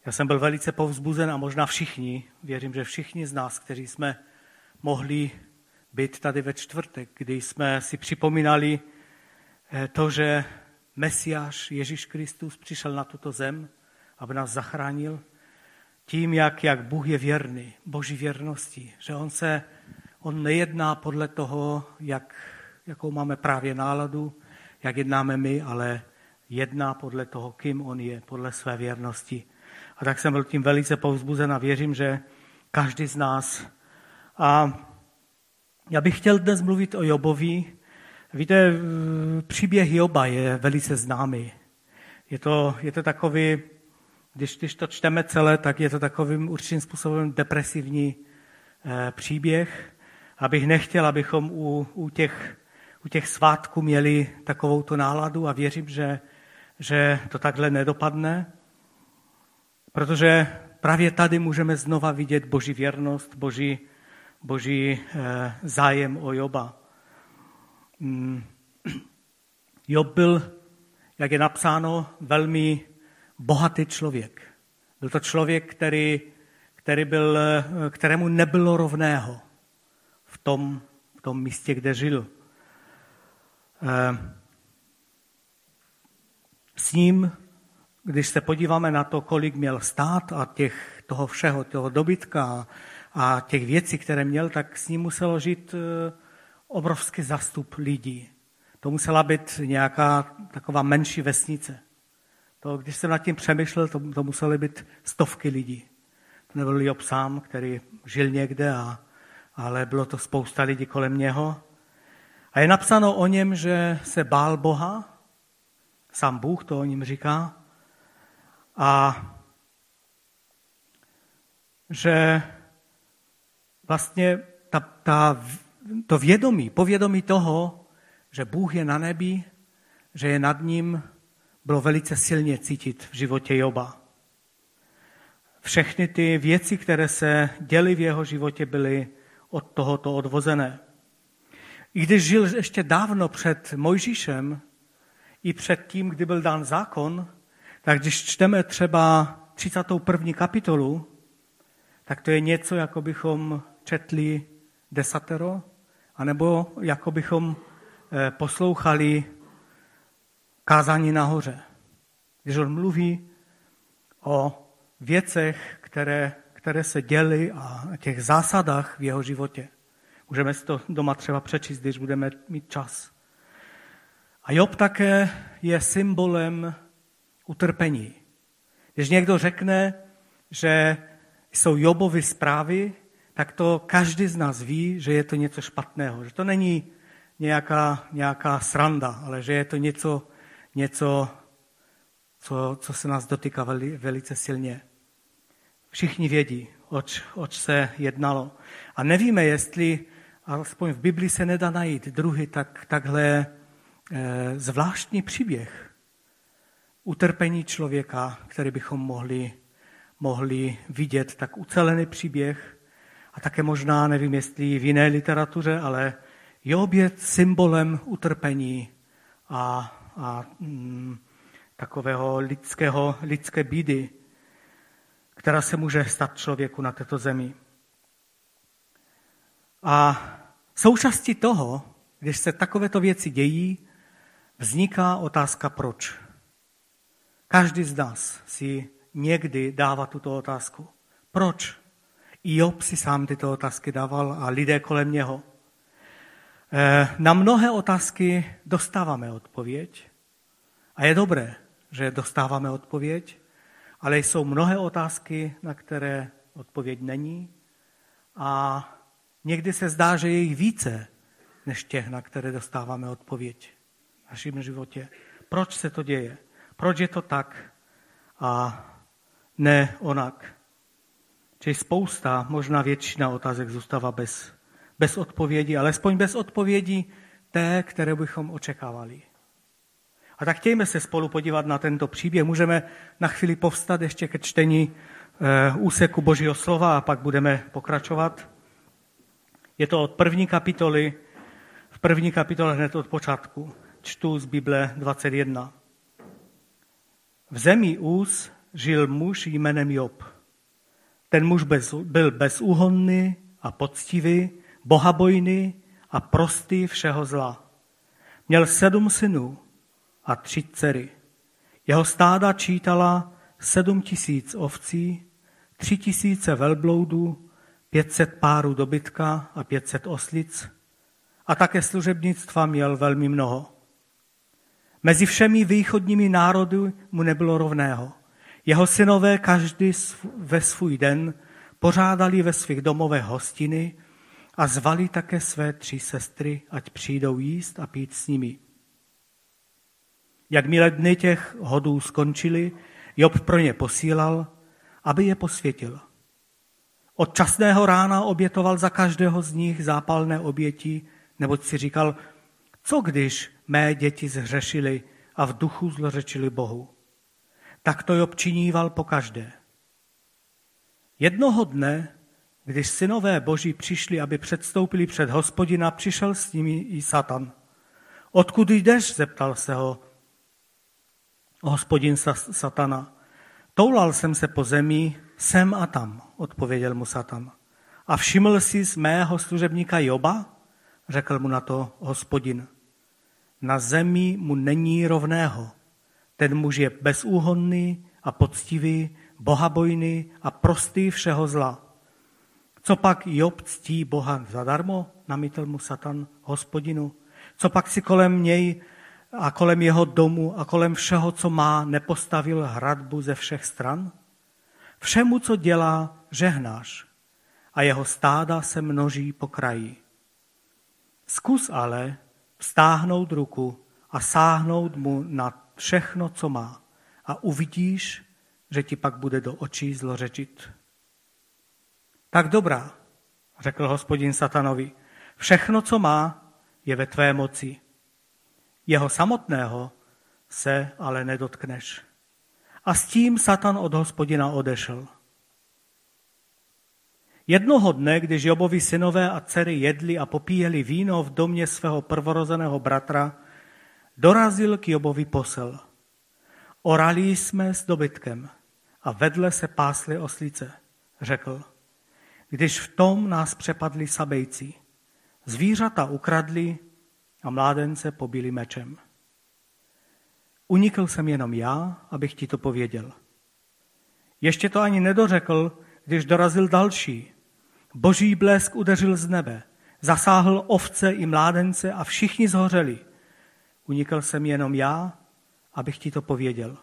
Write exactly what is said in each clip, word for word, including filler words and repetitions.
Já jsem byl velice povzbuzen a možná všichni, věřím, že všichni z nás, kteří jsme mohli být tady ve čtvrtek, kdy jsme si připomínali to, že Mesiáš Ježíš Kristus přišel na tuto zem, aby nás zachránil, tím, jak, jak Bůh je věrný, Boží věrnosti, že on se, on nejedná podle toho, jak, jakou máme právě náladu, jak jednáme my, ale jedná podle toho, kým on je, podle své věrnosti. A tak jsem byl tím velice povzbuzen a věřím, že každý z nás. A já bych chtěl dnes mluvit o Jobovi. Víte, příběh Joba je velice známý. Je to, je to takový, když, když to čteme celé, tak je to takovým určitým způsobem depresivní eh, příběh. Abych nechtěl, abychom u, u, těch, u těch svátků měli takovou tu náladu a věřím, že, že to takhle nedopadne. Protože právě tady můžeme znova vidět Boží věrnost, Boží, boží eh, zájem o Joba. Mm. Job byl, jak je napsáno, velmi bohatý člověk. Byl to člověk, který, který byl, kterému nebylo rovného v tom, v tom místě, kde žil. Eh, s ním, když se podíváme na to, kolik měl stát a těch, toho všeho, toho dobytka a těch věcí, které měl, tak s ním muselo žít obrovský zastup lidí. To musela být nějaká taková menší vesnice. To, když jsem nad tím přemýšlel, to, to musely být stovky lidí. To nebyl Job sám, který žil někde, a, ale bylo to spousta lidí kolem něho. A je napsáno o něm, že se bál Boha, sám Bůh to o něm říká, a že vlastně ta, ta, to vědomí, povědomí toho, že Bůh je na nebi, že je nad ním, bylo velice silně cítit v životě Joba. Všechny ty věci, které se děly v jeho životě, byly od tohoto odvozené. I když žil ještě dávno před Mojžíšem, i před tím, kdy byl dán zákon, tak když čteme třeba třicátou první kapitolu, tak to je něco, jako bychom četli desatero, anebo jako bychom poslouchali kázání nahoře. Když on mluví o věcech, které, které se děly a těch zásadách v jeho životě. Můžeme si to doma třeba přečíst, když budeme mít čas. A Job také je symbolem utrpení. Když někdo řekne, že jsou Jobovy zprávy, tak to každý z nás ví, že je to něco špatného. Že to není nějaká, nějaká sranda, ale že je to něco, něco co, co se nás dotýká veli, velice silně. Všichni vědí, oč, oč se jednalo. A nevíme, jestli, alespoň v Biblii se nedá najít druhý tak, takhle eh, zvláštní příběh utrpení člověka, který bychom mohli, mohli vidět, tak ucelený příběh a také možná, nevím, jestli v jiné literatuře, ale Job je symbolem utrpení a, a mm, takového lidského, lidské bídy, která se může stát člověku na této zemi. A součástí toho, když se takovéto věci dějí, vzniká otázka proč. Každý z nás si někdy dává tuto otázku. Proč? I Job si sám tyto otázky dával a lidé kolem něho. Na mnohé otázky dostáváme odpověď a je dobré, že dostáváme odpověď, ale jsou mnohé otázky, na které odpověď není a někdy se zdá, že je jich více, než těch, na které dostáváme odpověď v našem životě. Proč se to děje? Proč je to tak a ne onak? Čili spousta, možná většina otázek zůstává bez, bez odpovědi, alespoň bez odpovědi té, které bychom očekávali. A tak chtějme se spolu podívat na tento příběh. Můžeme na chvíli povstat ještě ke čtení e, úseku Božího slova a pak budeme pokračovat. Je to od první kapitoly, v první kapitole hned od počátku. Čtu z Bible dvacet jedna. V zemi Úz žil muž jménem Job. Ten muž bez, byl bezúhonný a poctivý, bohabojný a prostý všeho zla. Měl sedm synů a tři dcery. Jeho stáda čítala sedm tisíc ovcí, tři tisíce velbloudů, pět set párů dobytka a pět set oslic a také služebnictva měl velmi mnoho. Mezi všemi východními národy mu nebylo rovného. Jeho synové každý ve svůj den pořádali ve svých domovech hostiny a zvali také své tři sestry, ať přijdou jíst a pít s nimi. Jakmile dny těch hodů skončily, Job pro ně posílal, aby je posvětil. Od časného rána obětoval za každého z nich zápalné oběti, neboť si říkal, co když mé děti zhřešily a v duchu zlořečili Bohu. Tak to Job činíval pokaždé. Jednoho dne, když synové Boží přišli, aby předstoupili před Hospodina, přišel s nimi i Satan. Odkud jdeš? Zeptal se ho Hospodin Satana. Toulal jsem se po zemi, sem a tam, odpověděl mu Satan. A všiml jsi z mého služebníka Joba? Řekl mu na to Hospodin. Na zemi mu není rovného. Ten muž je bezúhonný a poctivý, bohabojný a prostý všeho zla. Co pak Job ctí Boha zadarmo? Namítl mu Satan Hospodinu. Co pak si kolem něj a kolem jeho domu a kolem všeho, co má, nepostavil hradbu ze všech stran? Všemu, co dělá, žehnáš a jeho stáda se množí po kraji. Zkus ale vztáhnout ruku a sáhnout mu na všechno, co má a uvidíš, že ti pak bude do očí zlořečit. Tak dobrá, řekl Hospodin Satanovi, všechno, co má, je ve tvé moci. Jeho samotného se ale nedotkneš. A s tím Satan od Hospodina odešel. Jednoho dne, když Jobovi synové a dcery jedli a popíjeli víno v domě svého prvorozeného bratra, dorazil k Jobovi posel. Orali jsme s dobytkem a vedle se pásly oslice, řekl. Když v tom nás přepadli sabejci, zvířata ukradli a mládence pobili mečem. Unikl jsem jenom já, abych ti to pověděl. Ještě to ani nedořekl, když dorazil další. Boží blesk udeřil z nebe, zasáhl ovce i mládence a všichni zhořeli. Unikl jsem jenom já, abych ti to pověděl.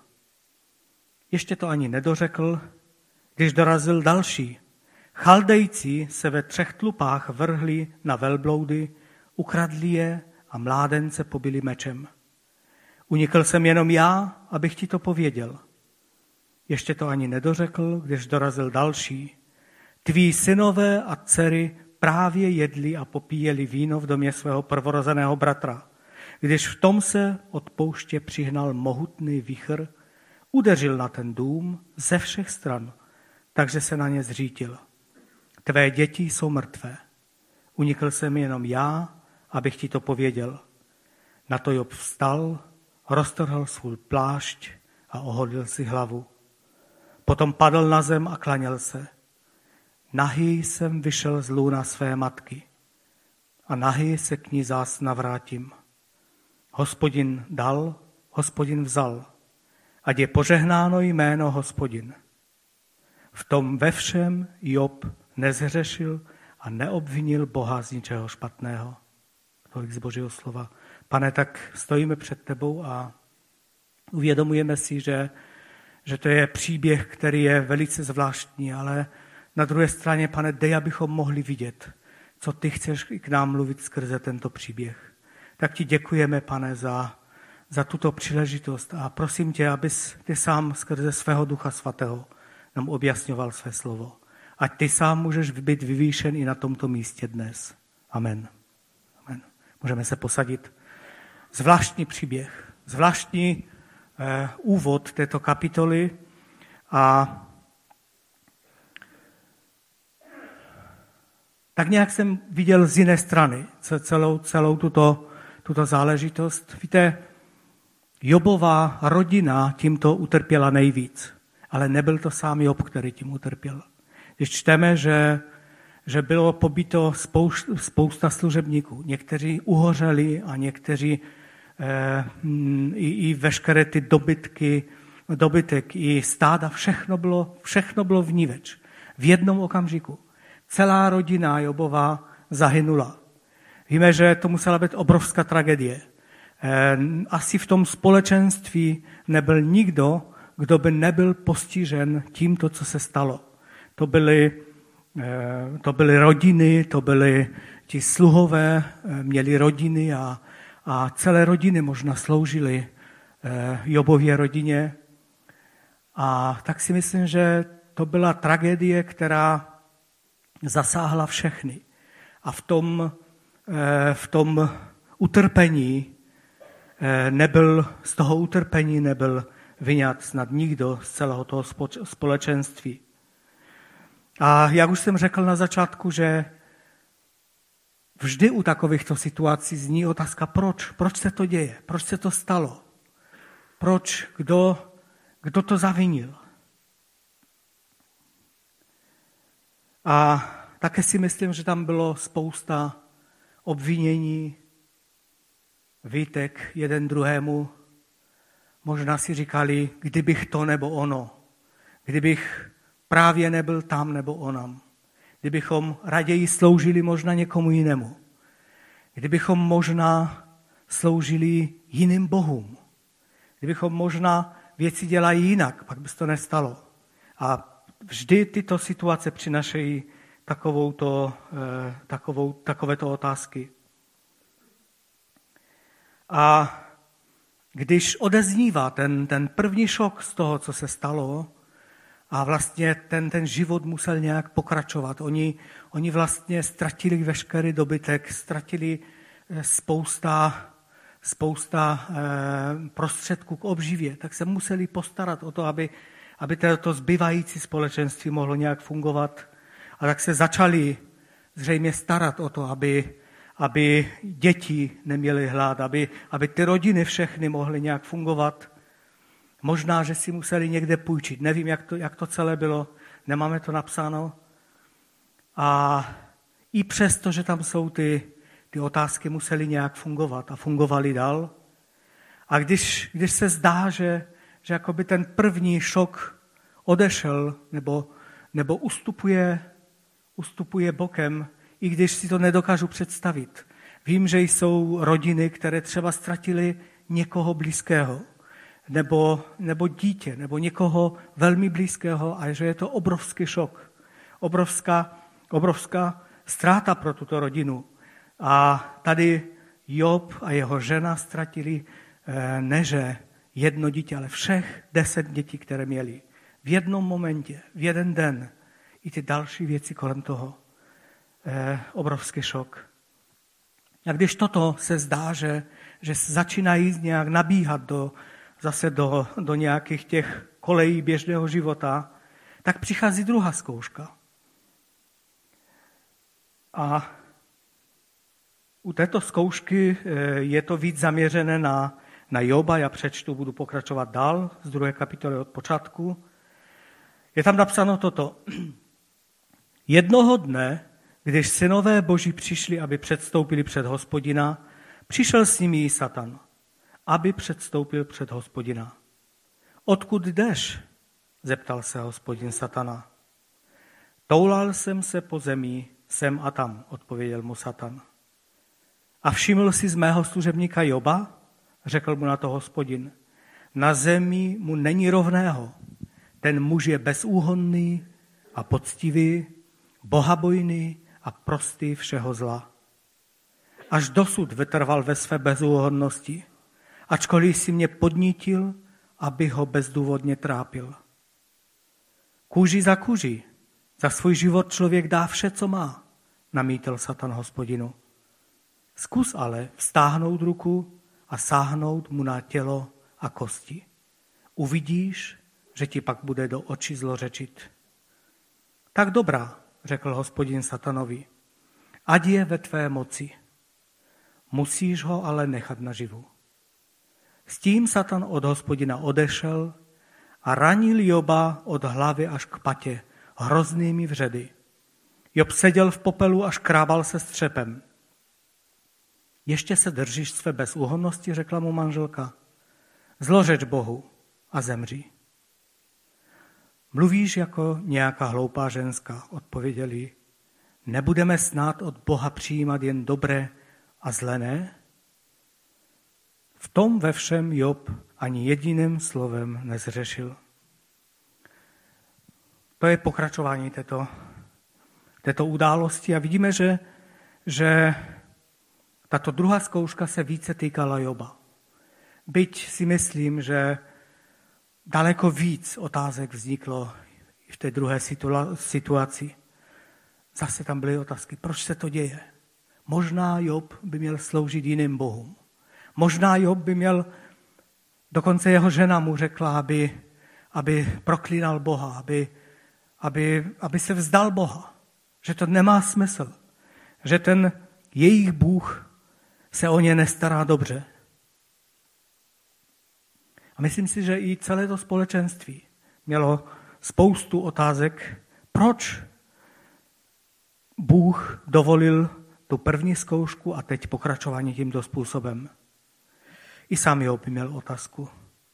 Ještě to ani nedořekl, když dorazil další. Chaldejci se ve třech tlupách vrhli na velbloudy, ukradli je a mládence pobili mečem. Unikl jsem jenom já, abych ti to pověděl. Ještě to ani nedořekl, když dorazil další. Tví synové a dcery právě jedli a popíjeli víno v domě svého prvorozeného bratra. Když v tom se od pouště přihnal mohutný vichr, udeřil na ten dům ze všech stran, takže se na ně zřítil. Tvé děti jsou mrtvé. Unikl jsem jenom já, abych ti to pověděl. Na to Job vstal, roztrhl svůj plášť a ohodil si hlavu. Potom padl na zem a klaněl se. Nahý jsem vyšel z lůna své matky a nahý se k ní zás navrátím. Hospodin dal, Hospodin vzal, ať je požehnáno jméno Hospodin. V tom ve všem Job nezhřešil a neobvinil Boha z ničeho špatného. Tolik z Božího slova. Pane, tak stojíme před tebou a uvědomujeme si, že, že to je příběh, který je velice zvláštní, ale na druhé straně, pane, dej, abychom mohli vidět, co ty chceš k nám mluvit skrze tento příběh. Tak ti děkujeme, pane, za, za tuto příležitost a prosím tě, abys ty sám skrze svého Ducha Svatého nám objasňoval své slovo. Ať ty sám můžeš být vyvýšen i na tomto místě dnes. Amen. Amen. Můžeme se posadit. Zvláštní příběh, zvláštní eh, úvod této kapitoly a tak nějak jsem viděl z jiné strany celou, celou tuto, tuto záležitost. Víte, Jobova rodina tímto utrpěla nejvíc. ale nebyl to sám Job, který tím utrpěl. Když čteme, že, že bylo pobito spousta, spousta služebníků, někteří uhořeli a někteří eh, i, i veškeré ty dobytky, dobytek, i stáda, všechno bylo, všechno bylo vníveč. V jednom okamžiku. Celá rodina Jobova zahynula. Víme, že to musela být obrovská tragédie. Asi v tom společenství nebyl nikdo, kdo by nebyl postižen tímto, co se stalo. To byly, to byly rodiny, to byly ti sluhové, měli rodiny a, a celé rodiny možná sloužily Jobově rodině. A tak si myslím, že to byla tragédie, která zasáhla všechny. A v tom, v tom utrpení nebyl, z toho utrpení nebyl vyňat snad nikdo z celého toho společenství. A jak už jsem řekl na začátku, že vždy u takovýchto situací zní otázka, proč? Proč se to děje? Proč se to stalo? Proč? Kdo, kdo to zavinil? A také si myslím, že tam bylo spousta obvinění, výtek jeden druhému. Možná si říkali, kdybych to nebo ono. Kdybych právě nebyl tam nebo onam. Kdybychom raději sloužili možná někomu jinému. Kdybychom možná sloužili jiným bohům. Kdybychom možná věci dělali jinak, pak by se to nestalo. A vždy tyto situace přinašejí takovouto, takovou, takovéto otázky. A když odeznívá ten, ten první šok z toho, co se stalo, a vlastně ten, ten život musel nějak pokračovat. Oni, oni vlastně ztratili veškerý dobytek, ztratili spousta, spousta prostředků k obživě, tak se museli postarat o to, aby aby to zbývající společenství mohlo nějak fungovat. A tak se začali zřejmě starat o to, aby, aby děti neměly hlad, aby, aby ty rodiny všechny mohly nějak fungovat. Možná, že si museli někde půjčit. Nevím, jak to, jak to celé bylo, nemáme to napsáno. A i přesto, že tam jsou ty, ty otázky, museli nějak fungovat a fungovali dál. A když, když se zdá, že že jakoby ten první šok odešel nebo, nebo ustupuje, ustupuje bokem, i když si to nedokážu představit. Vím, že jsou rodiny, které třeba ztratili někoho blízkého, nebo, nebo dítě, nebo někoho velmi blízkého a že je to obrovský šok, obrovská, obrovská ztráta pro tuto rodinu. A tady Job a jeho žena ztratili eh, neže jedno dítě, ale všech deset dětí, které měli. V jednom momentě, v jeden den. I ty další věci kolem toho. Eh, obrovský šok. A když toto se zdá, že, že začínají nějak nabíhat do, zase do, do nějakých těch kolejí běžného života, tak přichází druhá zkouška. A u této zkoušky je to víc zaměřené na, na Joba. Já přečtu, budu pokračovat dál z druhé kapitoly od počátku. Je tam napsáno toto. Jednoho dne, když synové Boží přišli, aby předstoupili před Hospodina, přišel s nimi i Satan, aby předstoupil před Hospodina. Odkud jdeš? Zeptal se Hospodin Satana. Toulal jsem se po zemi, sem a tam, odpověděl mu Satan. A všiml jsi z mého služebníka Joba? Řekl mu na to Hospodin. Na zemi mu není rovného. Ten muž je bezúhonný a poctivý, bohabojný a prostý všeho zla. Až dosud vytrval ve své bezúhonnosti, ačkoliv si mě podnítil, aby ho bezdůvodně trápil. Kůži za kůži, za svůj život člověk dá vše, co má, namítil Satan Hospodinu. Zkus ale vztáhnout ruku a sáhnout mu na tělo a kosti. Uvidíš, že ti pak bude do očí zlořečit. Tak dobrá, řekl Hospodin Satanovi, ať je ve tvé moci. Musíš ho ale nechat naživu. S tím Satan od Hospodina odešel a ranil Joba od hlavy až k patě hroznými vředy. Job seděl v popelu a škrábal se střepem. Ještě se držíš své bezúhonnosti, řekla mu manželka. Zlořeč Bohu a zemři. Mluvíš jako nějaká hloupá ženská, odpověděl jí. Nebudeme snad od Boha přijímat jen dobré a zlé, ne? V tom ve všem Job ani jediným slovem nezřešil. To je pokračování této, této události a vidíme, že, že tato druhá zkouška se více týkala Joba. Byť si myslím, že daleko víc otázek vzniklo i v té druhé situaci. Zase tam byly otázky, proč se to děje? Možná Job by měl sloužit jiným bohům. Možná Job by měl, dokonce jeho žena mu řekla, aby, aby proklínal Boha, aby, aby, aby se vzdal Boha. Že to nemá smysl. Že ten jejich Bůh se o ně nestará dobře. A myslím si, že i celé to společenství mělo spoustu otázek, proč Bůh dovolil tu první zkoušku a teď pokračování tímto způsobem. I sám Job měl otázku.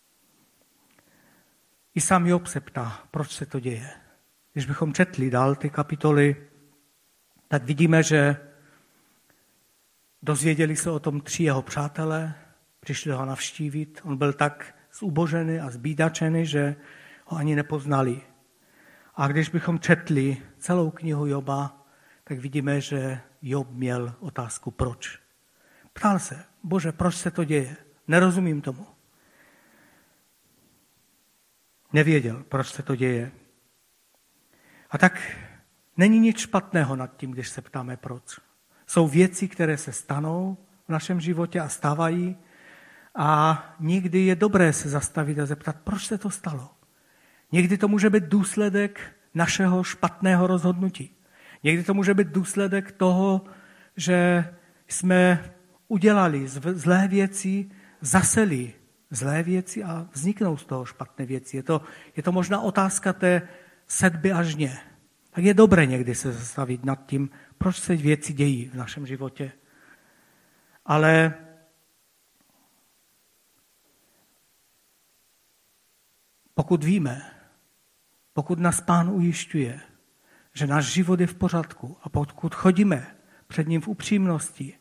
I sám Job se ptá, proč se to děje. Když bychom četli dál ty kapitoly, tak vidíme, že dozvěděli se o tom tři jeho přátelé, přišli ho navštívit. On byl tak zubožený a zbídačený, že ho ani nepoznali. A když bychom četli celou knihu Joba, tak vidíme, že Job měl otázku proč. Ptal se, Bože, proč se to děje? Nerozumím tomu. Nevěděl, proč se to děje. A tak není nic špatného nad tím, když se ptáme proč. Jsou věci, které se stanou v našem životě a stávají a někdy je dobré se zastavit a zeptat, proč se to stalo. Někdy to může být důsledek našeho špatného rozhodnutí. Někdy to může být důsledek toho, že jsme udělali zlé věci, zaseli zlé věci a vzniknou z toho špatné věci. Je to, je to možná otázka té sedby a žně. Tak je dobré někdy se zastavit nad tím, proč se věci dějí v našem životě. Ale pokud víme, pokud nás Pán ujišťuje, že náš život je v pořádku a pokud chodíme před ním v upřímnosti,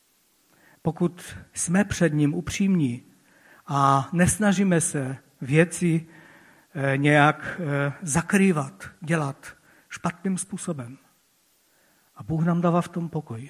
pokud jsme před ním upřímní a nesnažíme se věci nějak zakrývat, dělat špatným způsobem. A Bůh nám dává v tom pokoj.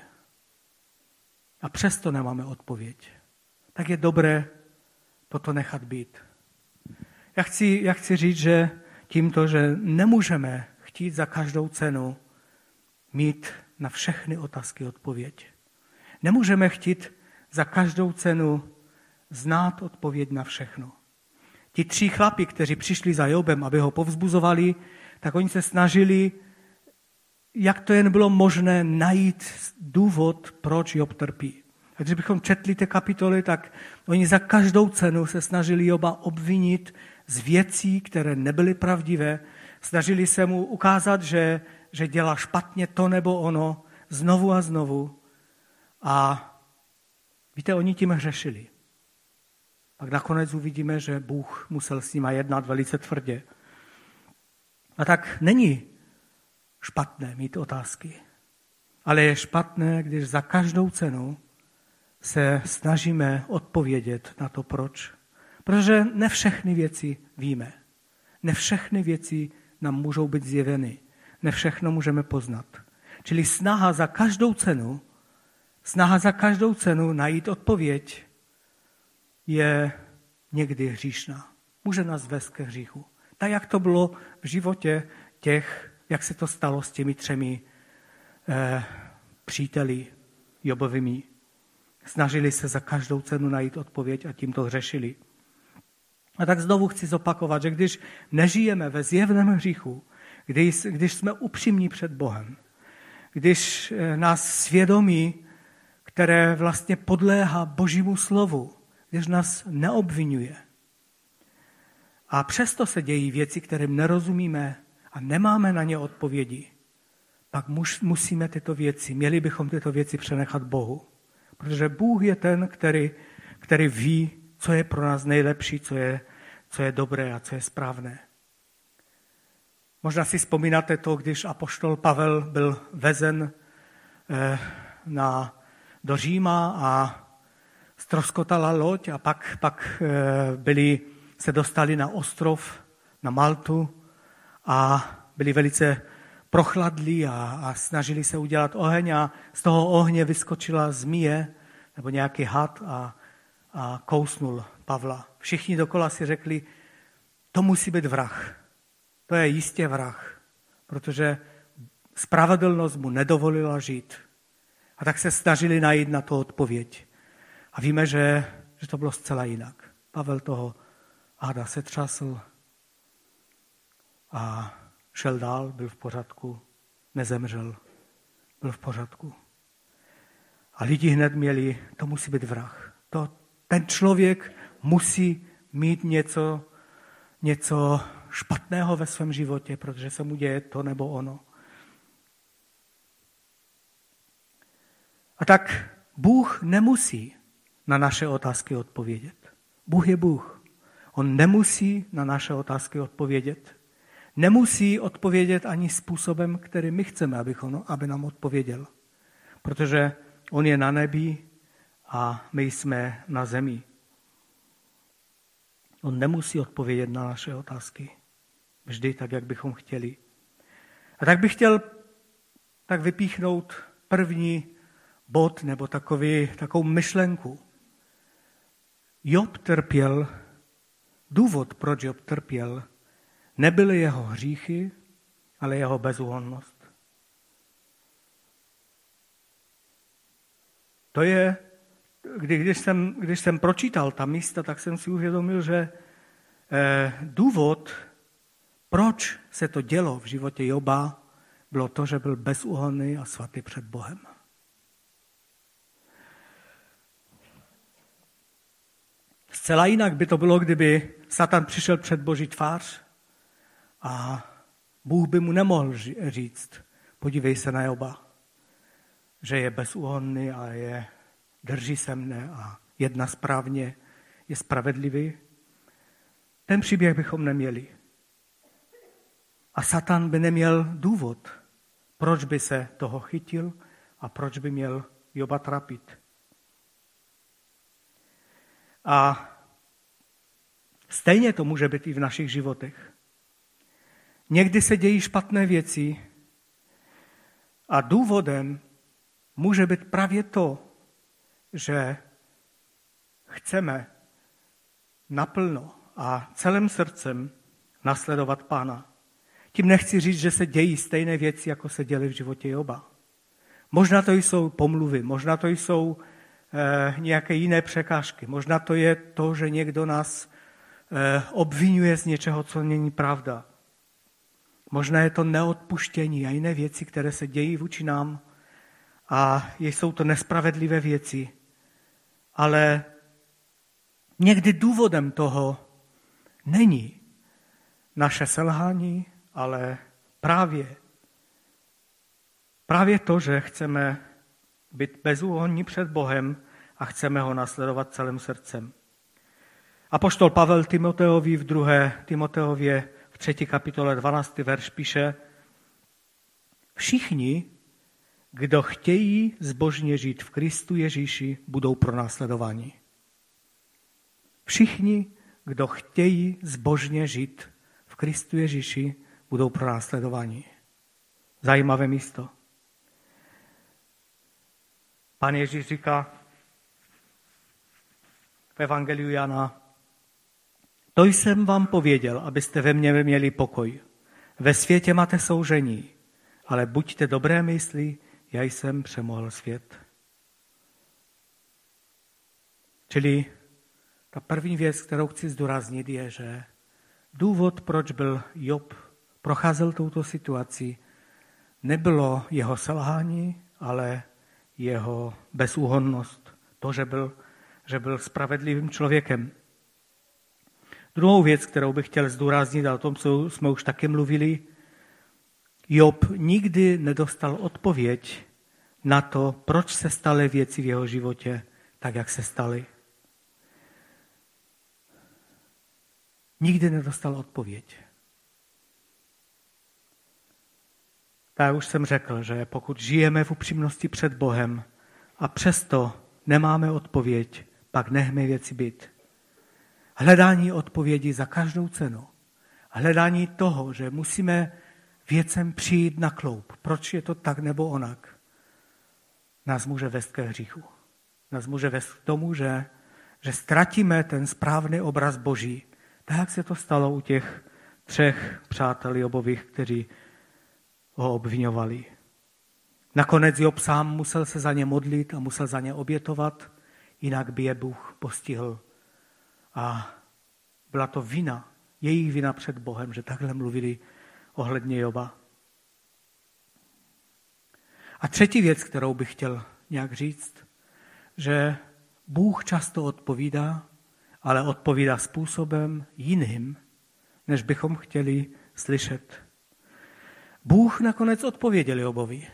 A přesto nemáme odpověď. Tak je dobré toto nechat být. Já chci, já chci říct, že tímto, že nemůžeme chtít za každou cenu mít na všechny otázky odpověď. Nemůžeme chtít za každou cenu znát odpověď na všechno. Ti tři chlapi, kteří přišli za Jobem, aby ho povzbuzovali, tak oni se snažili, jak to jen bylo možné, najít důvod, proč Job trpí. A když bychom četli ty kapitoly, tak oni za každou cenu se snažili Joba obvinit z věcí, které nebyly pravdivé. Snažili se mu ukázat, že, že dělá špatně to nebo ono, znovu a znovu. A víte, oni tím hřešili. Pak nakonec uvidíme, že Bůh musel s nima jednat velice tvrdě. A tak není špatné mít otázky. Ale je špatné, když za každou cenu se snažíme odpovědět na to, proč. Protože ne všechny věci víme. Ne všechny věci nám můžou být zjeveny. Ne všechno můžeme poznat. Čili snaha za každou cenu, snaha za každou cenu najít odpověď je někdy hříšná. Může nás vést ke hříchu. Tak, jak to bylo v životě těch, jak se to stalo s těmi třemi eh, příteli Jobovými. Snažili se za každou cenu najít odpověď a tím to hřešili. A tak znovu chci zopakovat, že když nežijeme ve zjevném hříchu, když, když jsme upřímní před Bohem, když nás svědomí, které vlastně podléhá Božímu slovu, když nás neobvinuje, a přesto se dějí věci, kterým nerozumíme a nemáme na ně odpovědi, pak musíme tyto věci, měli bychom tyto věci přenechat Bohu. Protože Bůh je ten, který, který ví, co je pro nás nejlepší, co je, co je dobré a co je správné. Možná si vzpomínáte to, když apoštol Pavel byl vezen eh, na, do Říma a ztroskotala loď a pak, pak eh, byli, se dostali na ostrov, na Maltu a byli velice prochladlí a, a snažili se udělat oheň a z toho ohně vyskočila zmije nebo nějaký had a, a kousnul Pavla. Všichni dokola si řekli, to musí být vrah. To je jistě vrah, protože spravedlnost mu nedovolila žít. A tak se snažili najít na to odpověď. A víme, že, že to bylo zcela jinak. Pavel toho hada se třasl a šel dál, byl v pořádku, nezemřel, byl v pořádku. A lidi hned měli, to musí být vrah. To, ten člověk musí mít něco, něco špatného ve svém životě, protože se mu děje to nebo ono. A tak Bůh nemusí na naše otázky odpovědět. Bůh je Bůh. On nemusí na naše otázky odpovědět. Nemusí odpovědět ani způsobem, který my chceme, abychom, aby nám odpověděl. Protože on je na nebi a my jsme na zemi. On nemusí odpovědět na naše otázky. Vždy tak, jak bychom chtěli. A tak bych chtěl tak vypíchnout první bod nebo takový, takovou myšlenku. Job trpěl, důvod, proč Job trpěl, nebyly jeho hříchy, ale jeho bezúhonnost. To je, kdy, když, jsem, když jsem pročítal ta místa, tak jsem si uvědomil, že eh, důvod, proč se to dělo v životě Joba, bylo to, že byl bezúhonný a svatý před Bohem. Zcela jinak by to bylo, kdyby Satan přišel před Boží tvář a Bůh by mu nemohl říct, podívej se na Joba, že je bezúhonný a je, drží se mne a jedná správně, je spravedlivý. Ten příběh bychom neměli. A Satan by neměl důvod, proč by se toho chytil a proč by měl Joba trápit. A stejně to může být i v našich životech. Někdy se dějí špatné věci a důvodem může být právě to, že chceme naplno a celým srdcem nasledovat Pána. Tím nechci říct, že se dějí stejné věci, jako se děly v životě Joba. Možná to jsou pomluvy, možná to jsou eh, nějaké jiné překážky, možná to je to, že někdo nás eh, obvinuje z něčeho, co není pravda. Možná je to neodpuštění a jiné věci, které se dějí vůči nám a jsou to nespravedlivé věci. Ale někdy důvodem toho není naše selhání, ale právě, právě to, že chceme být bezúhonní před Bohem a chceme ho nasledovat celým srdcem. Apoštol Pavel Timoteovi v druhé Timoteově v třetí kapitole dvanáctý verš píše: Všichni, kdo chtějí zbožně žít v Kristu Ježíši, budou pronásledováni. Všichni, kdo chtějí zbožně žít v Kristu Ježíši, budou pronásledováni. Zajímavé místo. Pán Ježíš říká v Evangeliu Jana: To jsem vám pověděl, abyste ve mně měli pokoj. Ve světě máte soužení, ale buďte dobré mysli, já jsem přemohl svět. Čili ta první věc, kterou chci zdůraznit, je, že důvod, proč byl Job procházel touto situací, nebylo jeho selhání, ale jeho bezúhonnost. To, že byl, že byl spravedlivým člověkem. Druhou věc, kterou bych chtěl zdůraznit, a o tom jsme už taky mluvili, Job nikdy nedostal odpověď na to, proč se staly věci v jeho životě tak, jak se staly. Nikdy nedostal odpověď. Tak už jsem řekl, že pokud žijeme v upřímnosti před Bohem a přesto nemáme odpověď, pak nechme věci být. Hledání odpovědi za každou cenu. Hledání toho, že musíme věcem přijít na kloub. Proč je to tak nebo onak? Nás může vést ke hříchu. Nás může vést k tomu, že, že ztratíme ten správný obraz Boží. Tak, jak se to stalo u těch třech přátel Jobových, kteří ho obviňovali. Nakonec Job sám musel se za ně modlit a musel za ně obětovat, jinak by je Bůh postihl. A byla to vina, jejich vina před Bohem, že takhle mluvili ohledně Joba. A třetí věc, kterou bych chtěl nějak říct, že Bůh často odpovídá, ale odpovídá způsobem jiným, než bychom chtěli slyšet. Bůh nakonec odpověděl Jobovi,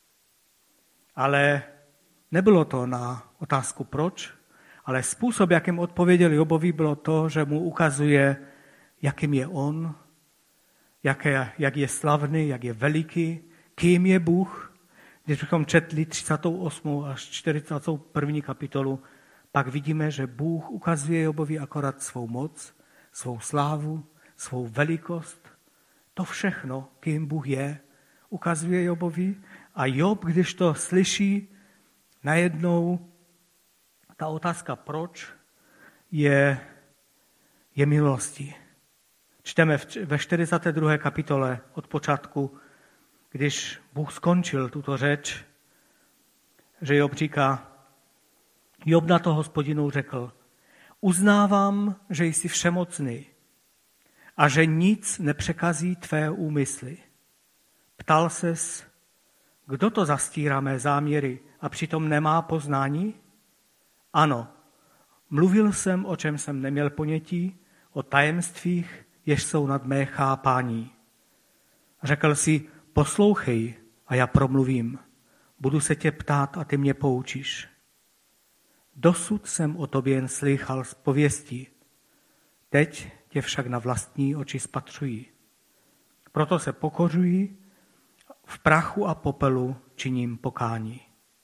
ale nebylo to na otázku proč, ale způsob, jakým odpověděl Jobovi, bylo to, že mu ukazuje, jakým je on, jak je, jak je slavný, jak je veliký, kým je Bůh. Když bychom četli třicátou osmou až čtyřicátou první kapitolu, pak vidíme, že Bůh ukazuje Jobovi akorát svou moc, svou slávu, svou velikost. To všechno, kým Bůh je, ukazuje Jobovi. A Job, když to slyší, najednou ta otázka proč je, je milostí. Čteme ve čtyřicáté druhé kapitole od počátku, když Bůh skončil tuto řeč, že Job říká, Job na to Hospodinu řekl, uznávám, že jsi všemocný a že nic nepřekazí tvé úmysly. Ptal ses, kdo to zastírá mé záměry a přitom nemá poznání? Ano, mluvil jsem, o čem jsem neměl ponětí, o tajemstvích, jež jsou nad mé chápání. Řekl si, poslouchej a já promluvím. Budu se tě ptát a ty mě poučíš. Dosud jsem o tobě jen slýchal z pověstí. Teď tě však na vlastní oči spatřuji. Proto se pokořuji, v prachu a popelu činím pokání.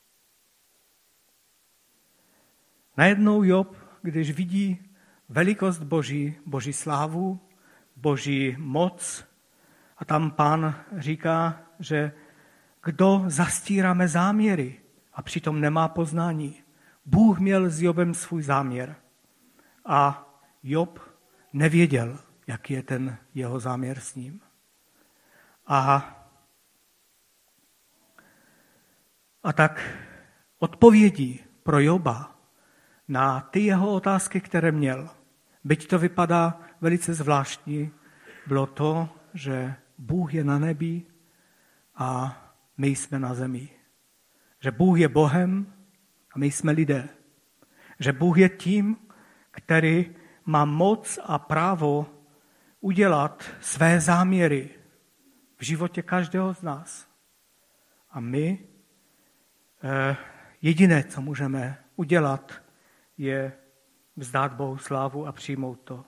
Najednou Job, když vidí velikost Boží, Boží slávu, Boží moc, a tam Pán říká, že kdo zastírá mé záměry a přitom nemá poznání. Bůh měl s Jobem svůj záměr a Job nevěděl, jaký je ten jeho záměr s ním. A, a tak odpovědí pro Joba na ty jeho otázky, které měl, byť to vypadá velice zvláštní, bylo to, že Bůh je na nebi a my jsme na zemi. Že Bůh je Bohem a my jsme lidé. Že Bůh je tím, který má moc a právo udělat své záměry v životě každého z nás. A my eh, jediné, co můžeme udělat, je vzdát Bohu slávu a přijmout to.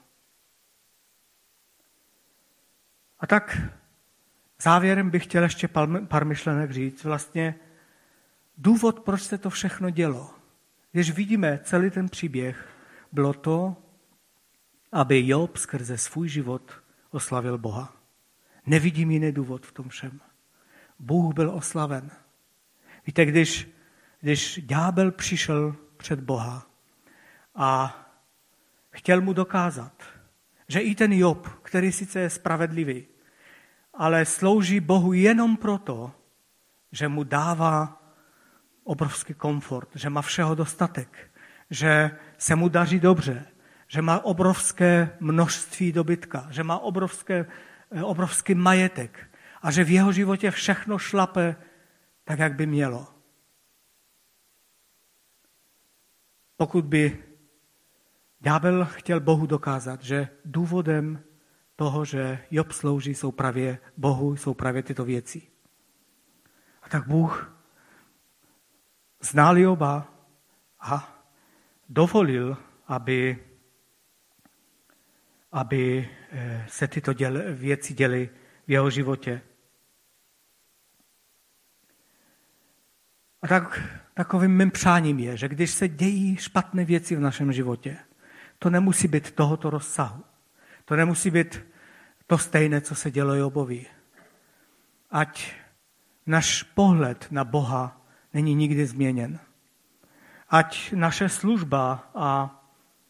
A tak závěrem bych chtěl ještě pár myšlenek říct. Vlastně důvod, proč se to všechno dělo, když vidíme celý ten příběh, bylo to, aby Job skrze svůj život oslavil Boha. Nevidím jiný důvod v tom všem. Bůh byl oslaven. Víte, když, když ďábel přišel před Boha a chtěl mu dokázat, že i ten Job, který sice je spravedlivý, ale slouží Bohu jenom proto, že mu dává obrovský komfort, že má všeho dostatek, že se mu daří dobře, že má obrovské množství dobytka, že má obrovské, obrovský majetek a že v jeho životě všechno šlape tak, jak by mělo. Pokud by Ďábel chtěl Bohu dokázat, že důvodem toho, že Job slouží, jsou právě Bohu, jsou právě tyto věci. A tak Bůh znal Joba a dovolil, aby, aby se tyto děl, věci děly v jeho životě. A tak, takovým mým přáním je, že když se dějí špatné věci v našem životě, to nemusí být tohoto rozsahu. To nemusí být to stejné, co se dělo Jobovi. Ať náš pohled na Boha není nikdy změněn. Ať naše služba a,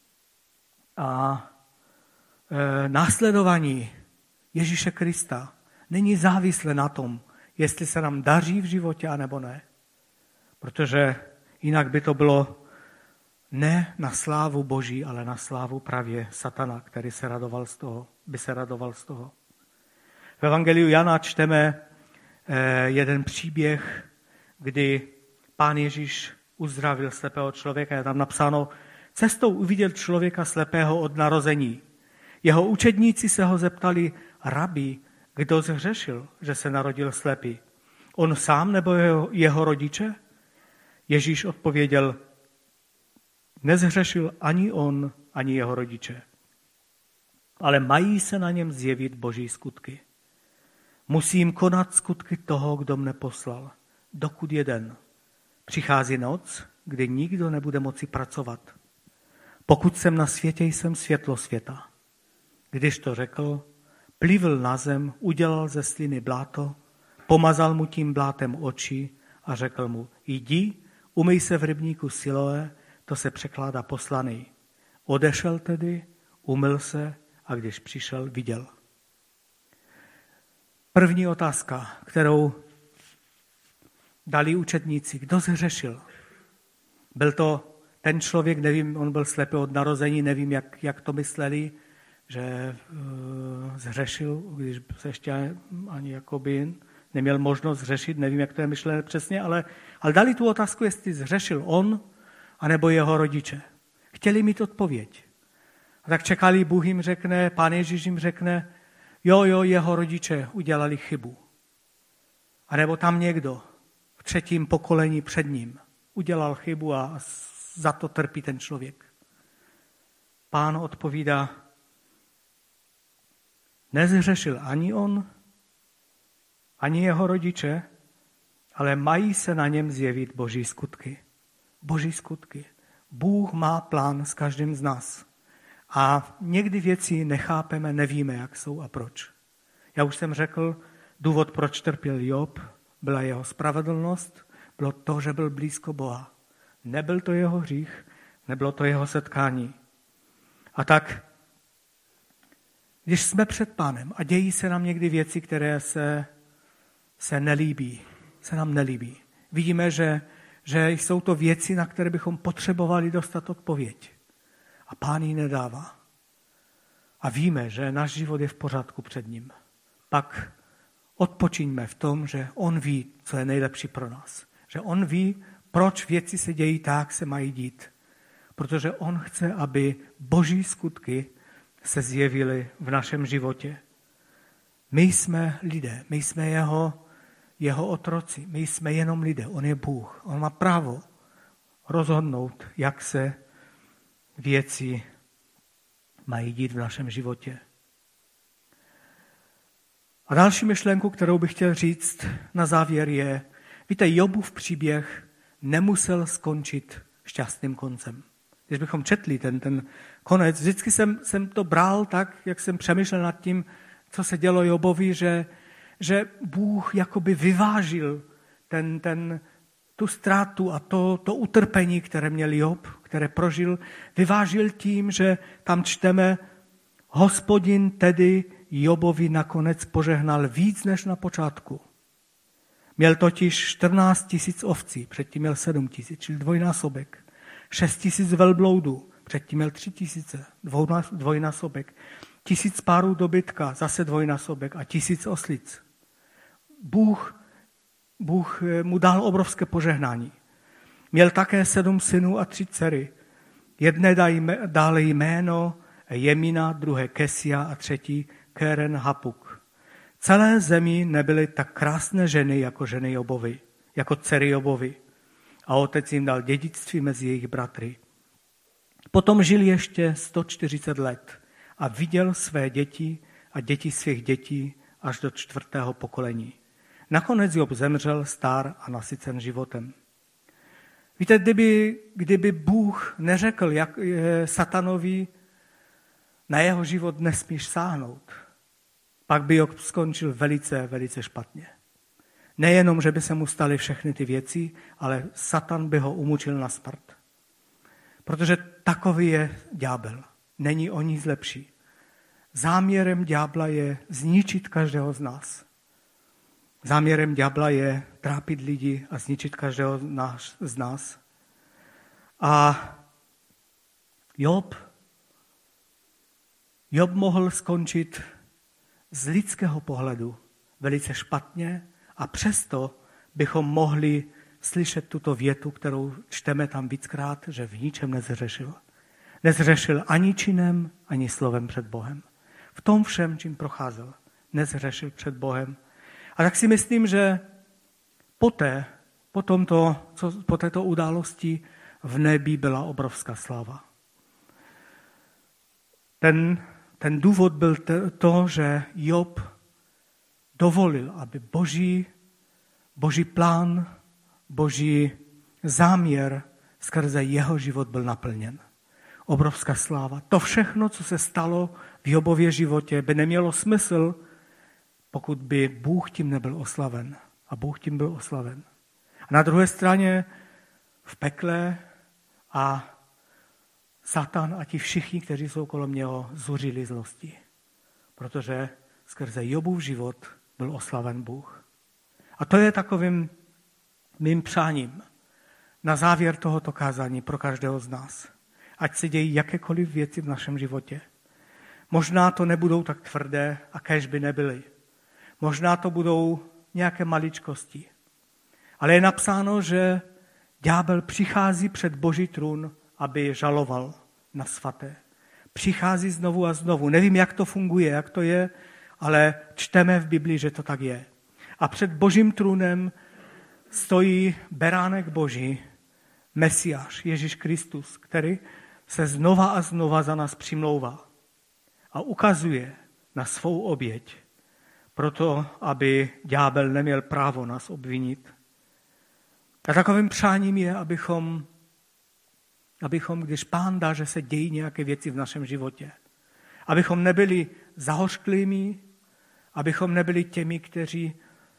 a e, následování Ježíše Krista není závislé na tom, jestli se nám daří v životě, anebo ne. Protože jinak by to bylo ne na slávu Boží, ale na slávu právě satana, který se radoval z toho, by se radoval z toho. V Evangeliu Jana čteme jeden příběh, kdy Pán Ježíš uzdravil slepého člověka. Je tam napsáno, cestou uviděl člověka slepého od narození. Jeho učedníci se ho zeptali, rabi, kdo zhřešil, že se narodil slepý? On sám nebo jeho, jeho rodiče? Ježíš odpověděl, nezhřešil ani on, ani jeho rodiče. Ale mají se na něm zjevit Boží skutky. Musím konat skutky toho, kdo mne poslal, dokud jeden. Přichází noc, kdy nikdo nebude moci pracovat. Pokud jsem na světě, jsem světlo světa. Když to řekl, plivl na zem, udělal ze sliny bláto, pomazal mu tím blátem oči a řekl mu, jdi, umyj se v rybníku Siloé, to se překládá poslaný. Odešel tedy, umyl se a když přišel, viděl. První otázka, kterou dali učedníci, kdo zhřešil? Byl to ten člověk, nevím, on byl slepý od narození, nevím, jak, jak to mysleli, že uh, zhřešil, když se ještě ani jakoby neměl možnost zhřešit, nevím, jak to je myšlené přesně, ale, ale dali tu otázku, jestli zhřešil on, anebo jeho rodiče. Chtěli mít odpověď. A tak čekali, Bůh jim řekne, Pán Ježíš jim řekne, jo, jo, jeho rodiče udělali chybu. A nebo tam někdo v třetím pokolení před ním udělal chybu a za to trpí ten člověk. Pán odpovídá, nezhřešil ani on, ani jeho rodiče, ale mají se na něm zjevit Boží skutky. Boží skutky. Bůh má plán s každým z nás. A někdy věci nechápeme, nevíme, jak jsou a proč. Já už jsem řekl, důvod, proč trpěl Job, byla jeho spravedlnost, bylo to, že byl blízko Boha. Nebyl to jeho hřích, nebylo to jeho setkání. A tak, když jsme před Pánem a dějí se nám někdy věci, které se, se nelíbí, se nám nelíbí. Vidíme, že, že jsou to věci, na které bychom potřebovali dostat odpověď. A Pán ji nedává. A víme, že náš život je v pořádku před ním. Pak odpočiňme v tom, že on ví, co je nejlepší pro nás. Že on ví, proč věci se dějí tak, se mají dít. Protože on chce, aby Boží skutky se zjevily v našem životě. My jsme lidé, my jsme jeho, jeho otroci, my jsme jenom lidé, on je Bůh. On má právo rozhodnout, jak se věci mají dít v našem životě. A další myšlenku, kterou bych chtěl říct na závěr je, víte, Jobův příběh nemusel skončit šťastným koncem. Když bychom četli ten, ten konec, vždycky jsem, jsem to bral tak, jak jsem přemýšlel nad tím, co se dělo Jobovi, že, že Bůh jakoby vyvážil ten, ten, tu ztrátu a to, to utrpení, které měl Job, které prožil, vyvážil tím, že tam čteme, Hospodin tedy Jobovi nakonec požehnal víc než na počátku. Měl totiž čtrnáct tisíc ovcí, předtím měl sedm tisíc, čili dvojnásobek. šest tisíc velbloudů, předtím měl tři tisíce, dvojnásobek. Tisíc párů dobytka, zase dvojnásobek a tisíc oslic. Bůh, Bůh mu dal obrovské požehnání. Měl také sedm synů a tři dcery. Jedné dále jméno Jemina, druhé Kesia a třetí Keren Hapuk. Celé zemi nebyly tak krásné ženy jako ženy Jobovy, jako dcery Jobovy. A otec jim dal dědictví mezi jejich bratry. Potom žil ještě sto čtyřicet let a viděl své děti a děti svých dětí až do čtvrtého pokolení. Nakonec Job zemřel star a nasycen životem. Víte, kdyby, kdyby Bůh neřekl jak satanovi, na jeho život nesmíš sáhnout, pak by Job skončil velice, velice špatně. Nejenom, že by se mu staly všechny ty věci, ale Satan by ho umučil na smrt. Protože takový je ďábel. Není o nic lepší. Záměrem ďábla je zničit každého z nás. Záměrem ďábla je trápit lidi a zničit každého z nás. A Job, Job mohl skončit z lidského pohledu velice špatně a přesto bychom mohli slyšet tuto větu, kterou čteme tam víckrát, že v ničem nezřešil. Nezřešil ani činem, ani slovem před Bohem. V tom všem, čím procházel, nezřešil před Bohem. A tak si myslím, že poté, po, tomto, co, po této události v nebi byla obrovská sláva. Ten, ten důvod byl to, že Job dovolil, aby boží, boží plán, boží záměr skrze jeho život byl naplněn. Obrovská sláva. To všechno, co se stalo v Jobově životě, by nemělo smysl, pokud by Bůh tím nebyl oslaven. A Bůh tím byl oslaven. A na druhé straně v pekle a Satan a ti všichni, kteří jsou kolem něho, zuřili zlosti. Protože skrze Jobův život byl oslaven Bůh. A to je takovým mým přáním na závěr tohoto kázání pro každého z nás. Ať se dějí jakékoliv věci v našem životě. Možná to nebudou tak tvrdé a kéž by nebyly. Možná to budou nějaké maličkosti. Ale je napsáno, že ďábel přichází před Boží trůn, aby žaloval na svaté. Přichází znovu a znovu. Nevím, jak to funguje, jak to je, ale čteme v Biblii, že to tak je. A před Božím trůnem stojí beránek Boží, Mesiáš, Ježíš Kristus, který se znova a znova za nás přimlouvá a ukazuje na svou oběť, proto aby ďábel neměl právo nás obvinit. A takovým přáním je, abychom, abychom, když Pán dá, že se dějí nějaké věci v našem životě, abychom nebyli zahořklými, abychom nebyli těmi, kteří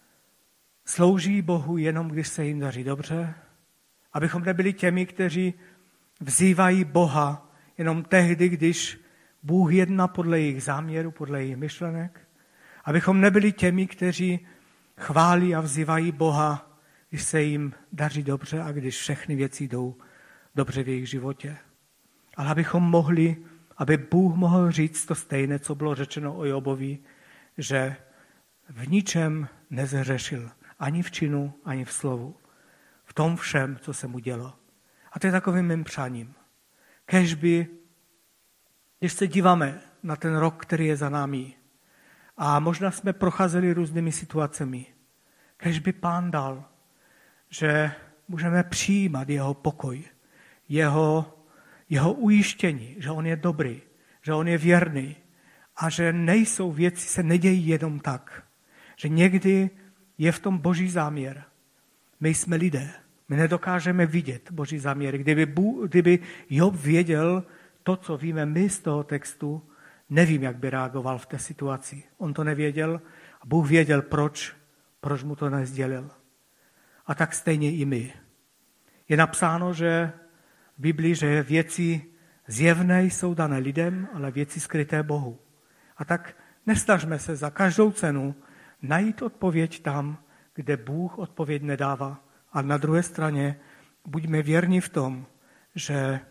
slouží Bohu jenom, když se jim daří dobře, abychom nebyli těmi, kteří vzývají Boha jenom tehdy, když Bůh jedná podle jejich záměru, podle jejich myšlenek, abychom nebyli těmi, kteří chválí a vzývají Boha, když se jim daří dobře a když všechny věci jdou dobře v jejich životě. Ale abychom mohli, aby Bůh mohl říct to stejné, co bylo řečeno o Jobovi, že v ničem nezhřešil, ani v činu, ani v slovu. V tom všem, co se mu dělo. A to je takovým mým přáním. Kéžby, když se díváme na ten rok, který je za námi, a možná jsme procházeli různými situacemi, kéžby Pán dal, že můžeme přijímat jeho pokoj, jeho, jeho ujištění, že on je dobrý, že on je věrný a že nejsou věci, se nedějí jenom tak. Že někdy je v tom Boží záměr. My jsme lidé, my nedokážeme vidět Boží záměr. Kdyby, Bůh, kdyby Job věděl to, co víme my z toho textu, nevím, jak by reagoval v té situaci. On to nevěděl a Bůh věděl, proč, proč mu to nezdělil. A tak stejně i my. Je napsáno, že v Biblii, že věci zjevné jsou dané lidem, ale věci skryté Bohu. A tak nesnažme se za každou cenu najít odpověď tam, kde Bůh odpověď nedává. A na druhé straně buďme věrni v tom, že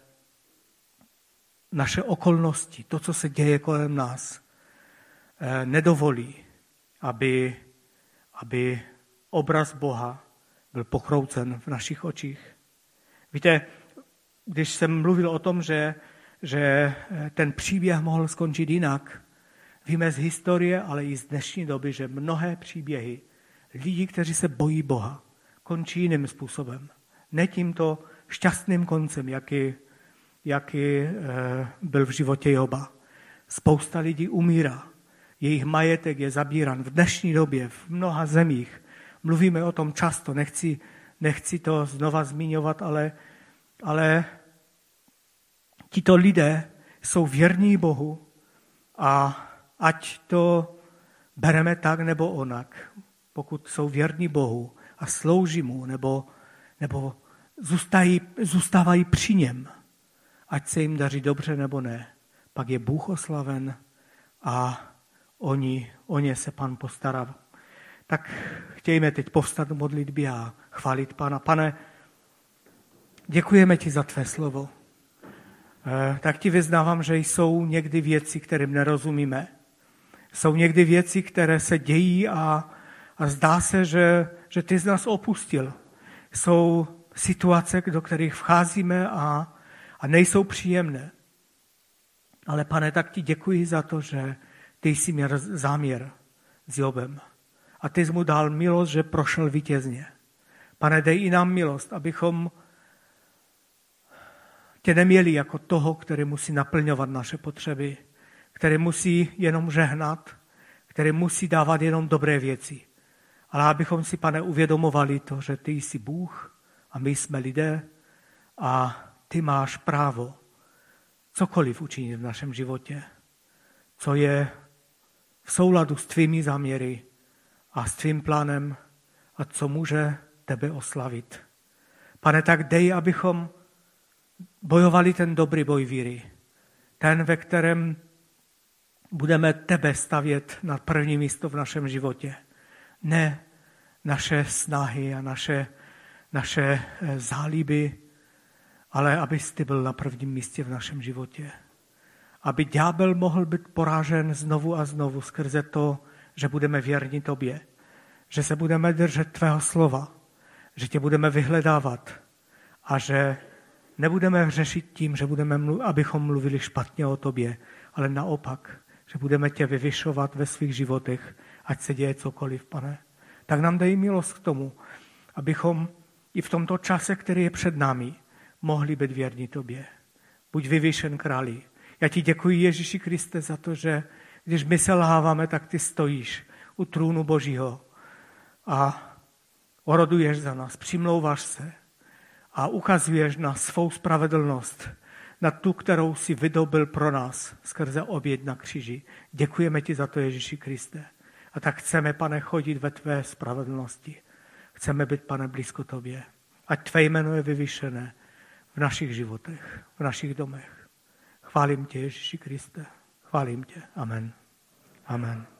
naše okolnosti, to, co se děje kolem nás, nedovolí, aby, aby obraz Boha byl pokroucen v našich očích. Víte, když jsem mluvil o tom, že, že ten příběh mohl skončit jinak, víme z historie, ale i z dnešní doby, že mnohé příběhy lidí, kteří se bojí Boha, končí jiným způsobem. Ne tímto šťastným koncem, jaký, jaký byl v životě Joba. Spousta lidí umírá. Jejich majetek je zabíran v dnešní době v mnoha zemích. Mluvíme o tom často, nechci, nechci to znova zmiňovat, ale, ale tito lidé jsou věrní Bohu a ať to bereme tak nebo onak, pokud jsou věrní Bohu a slouží mu, nebo, nebo zůstají, zůstávají při něm, ať se jim daří dobře nebo ne, pak je Bůh oslaven a oni, o ně se Pan postará. Tak chtějme teď povstat v modlitbě a chválit Pana. Pane, děkujeme ti za tvé slovo. E, tak ti vyznávám, že jsou někdy věci, kterým nerozumíme. Jsou někdy věci, které se dějí a, a zdá se, že, že ty z nás opustil. Jsou situace, do kterých vcházíme a, a nejsou příjemné. Ale Pane, tak ti děkuji za to, že ty jsi měl záměr s Jobem. A ty jsi mu dal milost, že prošel vítězně. Pane, dej i nám milost, abychom tě neměli jako toho, který musí naplňovat naše potřeby, který musí jenom žehnat, který musí dávat jenom dobré věci. Ale abychom si, Pane, uvědomovali to, že ty jsi Bůh a my jsme lidé a ty máš právo cokoliv učinit v našem životě, co je v souladu s tvými záměry a s tvým plánem a co může tebe oslavit. Pane, tak dej, abychom bojovali ten dobrý boj víry, ten, ve kterém budeme tebe stavět na první místo v našem životě. Ne naše snahy a naše, naše zálíby, ale abys ty byl na prvním místě v našem životě. Aby ďábel mohl být porážen znovu a znovu skrze to, že budeme věrni tobě, že se budeme držet tvého slova, že tě budeme vyhledávat a že nebudeme hřešit tím, že budeme, abychom mluvili špatně o tobě, ale naopak, že budeme tě vyvyšovat ve svých životech, ať se děje cokoliv, Pane. Tak nám dej milost k tomu, abychom i v tomto čase, který je před námi, mohli být věrní tobě. Buď vyvyšen, králi. Já ti děkuji, Ježíši Kriste, za to, že když my se lháváme, tak ty stojíš u trůnu Božího a oroduješ za nás, přimlouváš se a ukazuješ na svou spravedlnost, na tu, kterou si vydobil pro nás skrze oběť na kříži. Děkujeme ti za to, Ježíši Kriste. A tak chceme, Pane, chodit ve tvé spravedlnosti. Chceme být, Pane, blízko tobě. Ať tvé jméno je vyvyšené v našich životech, v našich domech. Chválím tě, Ježíši Kriste. Chválím tě. Amen. Amen.